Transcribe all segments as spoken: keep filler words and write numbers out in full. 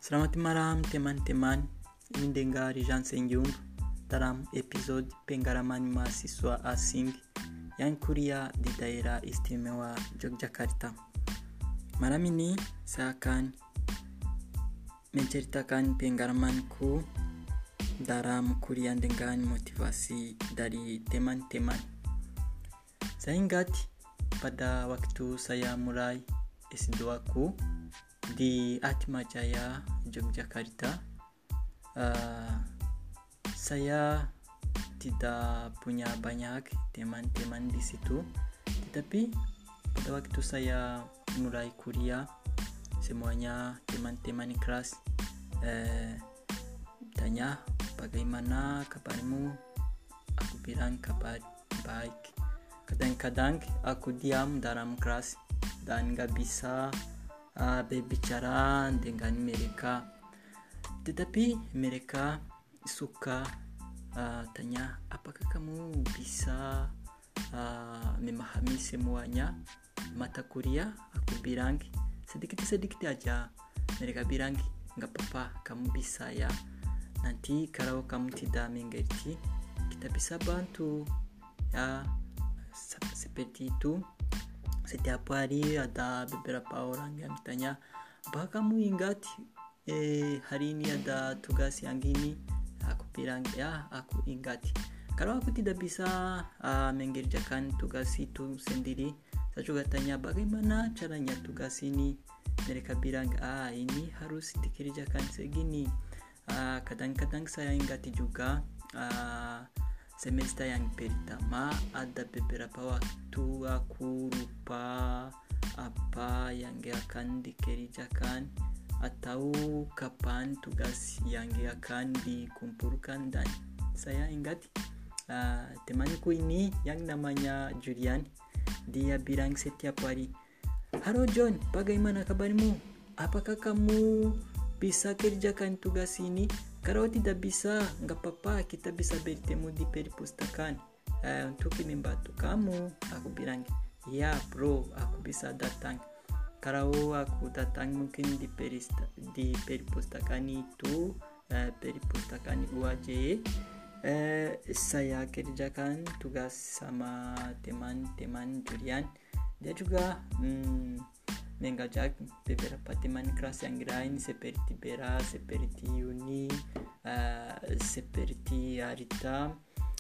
Selamat malam teman-teman, ini dengar Jean Sengyum dalam episode pengalaman mahasiswa asing yang kuliah di daerah istimewa Yogyakarta. Malam ini saya akan menceritakan pengalamanku dalam kuliah dengan motivasi dari teman-teman. Saya ingat pada waktu saya mulai S dua ku di Atmajaya, Yogyakarta, uh, saya tidak punya banyak teman-teman di situ. Tetapi pada waktu saya mulai kuliah, semuanya teman-teman di kelas uh, tanya, bagaimana kabarmu? Aku bilang kabar baik. Kadang-kadang aku diam dalam kelas dan gak bisa Uh, berbicara dengan mereka, tetapi mereka suka uh, tanya, apakah kamu bisa uh, memahami semuanya mata kuliah? Aku bilang sedikit-sedikit aja. Mereka bilang nggak apa-apa, kamu bisa ya. Nanti kalau kamu tidak mengerti, kita bisa bantu ya, seperti itu. Setiap hari ada beberapa orang yang tanya, apakah kamu ingat eh, hari ini ada tugas yang ini? Aku bilang, ya aku ingat. Kalau aku tidak bisa uh, mengerjakan tugas itu sendiri, saya juga tanya, bagaimana caranya tugas ini? Mereka bilang, ah ini harus dikerjakan segini. Uh, kadang-kadang saya ingat juga, uh, semester yang pertama ada beberapa waktu aku lupa apa yang akan dikerjakan atau kapan tugas yang akan dikumpulkan, dan saya ingat uh, temanku ini yang namanya Julian, dia bilang setiap hari, halo John, bagaimana kabarmu? Apakah kamu bisa kerjakan tugas ini? Kalau tidak bisa, nggak apa-apa, kita bisa bertemu di perpustakaan uh, untuk membantu kamu. Aku bilang, ya bro, aku bisa datang. Kalau aku datang mungkin di, perista- di perpustakaan itu, uh, perpustakaan U A J, uh, saya kerjakan tugas sama teman-teman Julian. Dia juga hmm, mengajak beberapa teman kelas yang lain seperti Bera, seperti Yuni, uh, seperti Arita.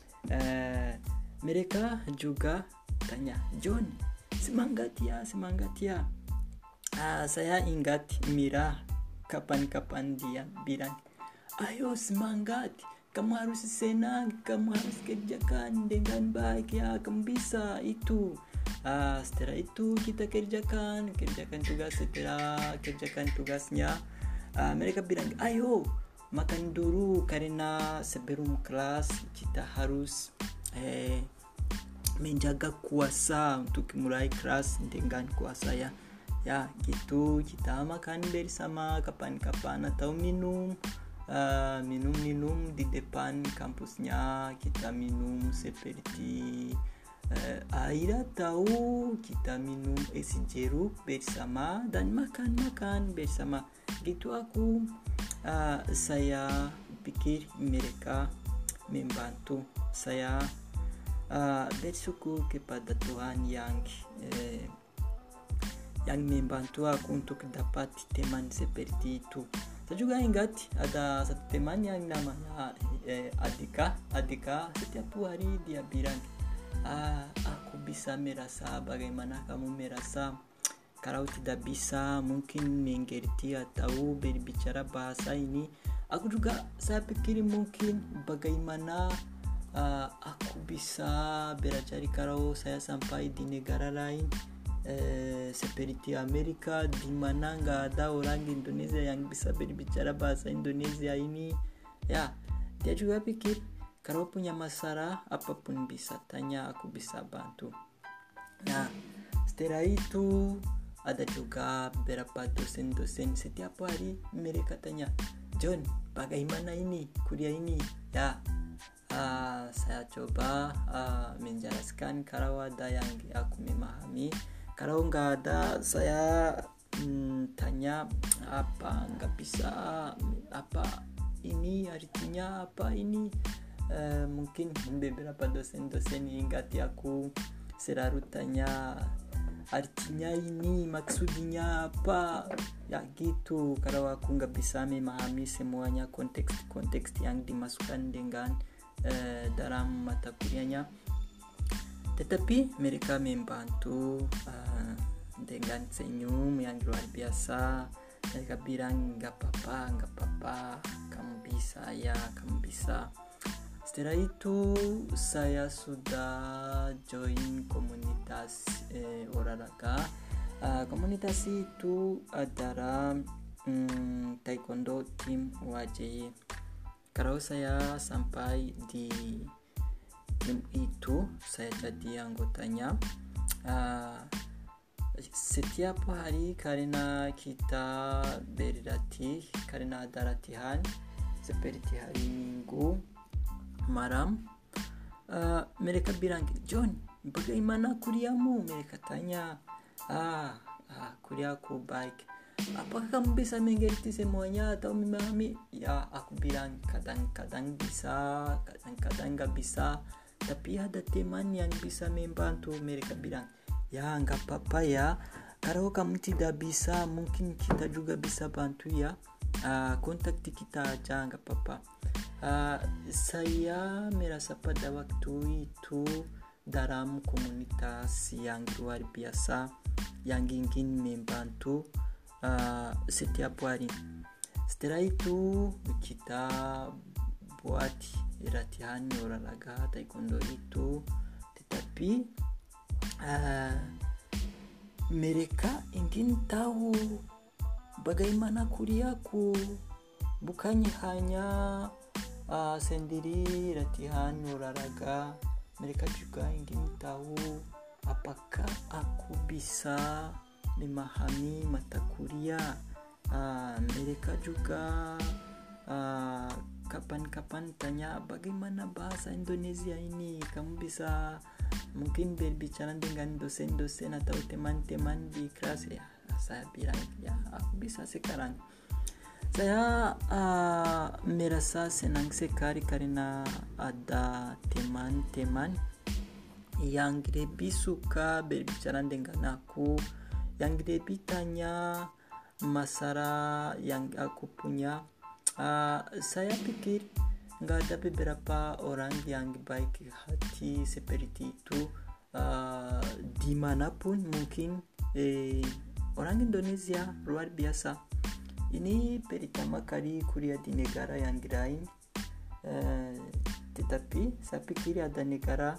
Uh, mereka juga tanya, John, semangat ya, semangat ya. Uh, saya ingat Mira, kapan-kapan dia bilang, ayo semangat, kamu harus senang, kamu harus kerjakan dengan baik ya, kamu bisa itu. Uh, setelah itu kita kerjakan kerjakan tugas. Setelah kerjakan tugasnya, uh, mereka bilang, ayo makan dulu karena sebelum kelas kita harus eh, menjaga puasa untuk mulai kelas dengan puasa ya. Ya gitu, kita makan bersama kapan-kapan atau minum uh, minum-minum di depan kampusnya. Kita minum seperti Uh, air tahu, kita minum es jeruk bersama dan makan-makan bersama. Gitu aku uh, saya pikir mereka membantu saya. Uh, bersyukur kepada Tuhan yang uh, yang membantu aku untuk dapat teman seperti itu. Saya juga ingat ada satu teman yang namanya uh, Adika. Adika setiap hari dia bilang, Ah, aku bisa merasa bagaimana kamu merasa. Kalau tidak bisa mungkin mengerti atau berbicara bahasa ini, aku juga saya pikir mungkin bagaimana uh, aku bisa belajar kalau saya sampai di negara lain eh, seperti Amerika, di mana nggak ada orang Indonesia yang bisa berbicara bahasa Indonesia ini. Ya, dia juga pikir, kalau punya masalah apapun bisa tanya, aku bisa bantu. Nah, setelah itu ada juga beberapa dosen-dosen setiap hari mereka tanya, John, bagaimana ini kuliah ini? Ya, uh, saya coba uh, menjelaskan kalau ada yang aku memahami. Kalau nggak ada, saya hmm, tanya apa nggak bisa, apa ini artinya apa ini. Uh, mungkin beberapa dosen-dosen ingati aku selalu tanya artinya ini, maksudnya apa ya gitu. Kalau aku nggak bisa memahami semuanya konteks-konteks yang dimasukkan dengan uh, dalam mata kuliahnya, tetapi mereka membantu uh, dengan senyum yang luar biasa. Mereka bilang nggak apa-apa, nggak apa-apa, kamu bisa ya, kamu bisa. Setelah itu saya sudah join komunitas eh, olahraga. Uh, komunitas itu adalah um, taekwondo tim U A J Y. Kalau saya sampai di tim itu, saya jadi anggotanya. Uh, setiap hari karena kita berlatih, karena ada latihan seperti hari Minggu malam, uh, mereka bilang, John, bagaimana kuliahmu? Mereka tanya, ah, ah kuliahku baik. Apakah kamu bisa mengerti semuanya atau memahami? Ya, aku bilang kadang-kadang bisa, kadang-kadang gak bisa. Tapi ada teman yang bisa membantu. Mereka bilang, ya gak apa-apa ya. Kalau kamu tidak bisa, mungkin kita juga bisa bantu ya. Uh, kontak di kita aja, gak apa-apa. Uh, saya merasa pada waktu itu dalam komunitas yang luar biasa yang ingin membantu uh, setiap hari. Setelah itu kita buat latihan olahraga taekwondo itu, tetapi uh, mereka ingin tahu bagaimana kuliahku, bukannya hanya Uh, sendiri latihan olahraga. Mereka juga ingin tahu apakah aku bisa memahami mata kuliah. Uh, mereka juga uh, kapan-kapan tanya bagaimana bahasa Indonesia ini. Kamu bisa mungkin berbicara dengan dosen-dosen atau teman-teman di kelas ya. Saya bilang ya aku bisa sekarang. Saya uh, merasa senang sekali karena ada teman-teman yang lebih suka berbicara dengan aku, yang lebih tanya masalah yang aku punya. Uh, saya pikir nggak ada beberapa orang yang baik hati seperti itu uh, dimanapun mungkin. Eh, orang Indonesia luar biasa. Ini pertama kali kuliah di negara yang lain, uh, tetapi saya pikir ada negara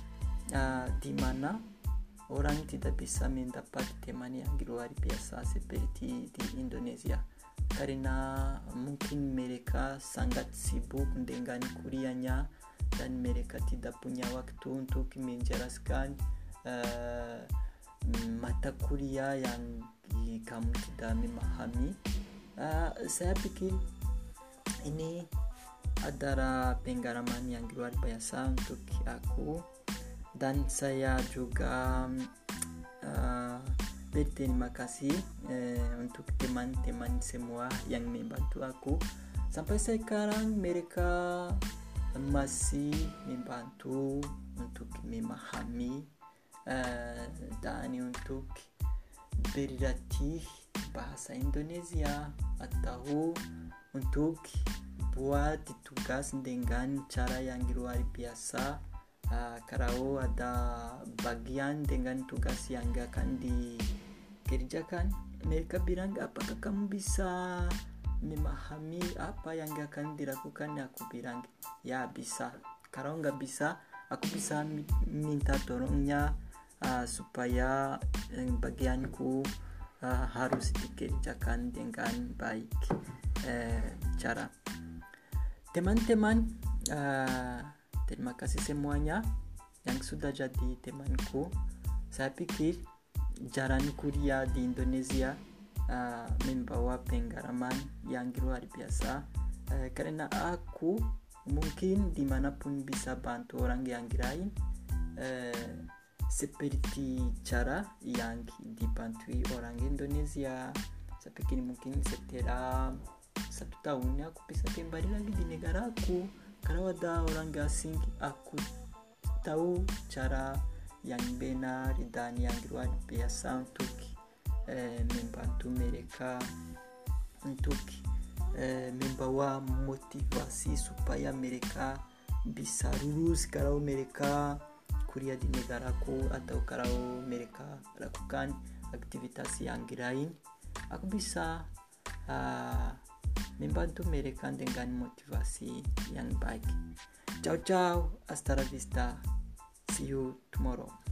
uh, di mana orang tidak bisa mendapat teman yang luar biasa seperti di Indonesia, karena mungkin mereka sangat sibuk dengan kuliahnya dan mereka tidak punya waktu untuk menjelaskan uh, mata kuliah yang kamu tidak memahami. Uh, saya pikir ini adalah pengalaman yang luar biasa untuk aku, dan saya juga uh, berterima kasih uh, untuk teman-teman semua yang membantu aku. Sampai sekarang mereka masih membantu untuk memahami uh, dan untuk berlatih bahasa Indonesia atau untuk buat tugas dengan cara yang luar biasa. Uh, kalau ada bagian dengan tugas yang akan dikerjakan, mereka bilang apakah kamu bisa memahami apa yang akan dilakukan? Aku bilang ya bisa. Kalau nggak bisa, aku bisa minta tolongnya uh, supaya eh, bagianku Uh, harus dikerjakan dengan baik uh, cara. Teman-teman, uh, terima kasih semuanya yang sudah jadi temanku. Saya pikir jalan kuliah di Indonesia uh, membawa pengalaman yang luar biasa, uh, karena aku mungkin dimanapun bisa bantu orang yang lain uh, seperti cara yang dibantui orang Indonesia. saya pikir mungkin setelah satu tahun aku bisa kembali lagi di negaraku, kalau ada orang asing aku tahu cara yang benar dan yang luar biasa untuk eh, membantu mereka, untuk eh, membawa motivasi supaya mereka bisa lulus kalau mereka kuliah di negaraku, atau kalau mereka lakukan aktivitas yang lain, aku bisa uh, membantu mereka dengan motivasi yang baik. Ciao ciao, hasta la vista, see you tomorrow.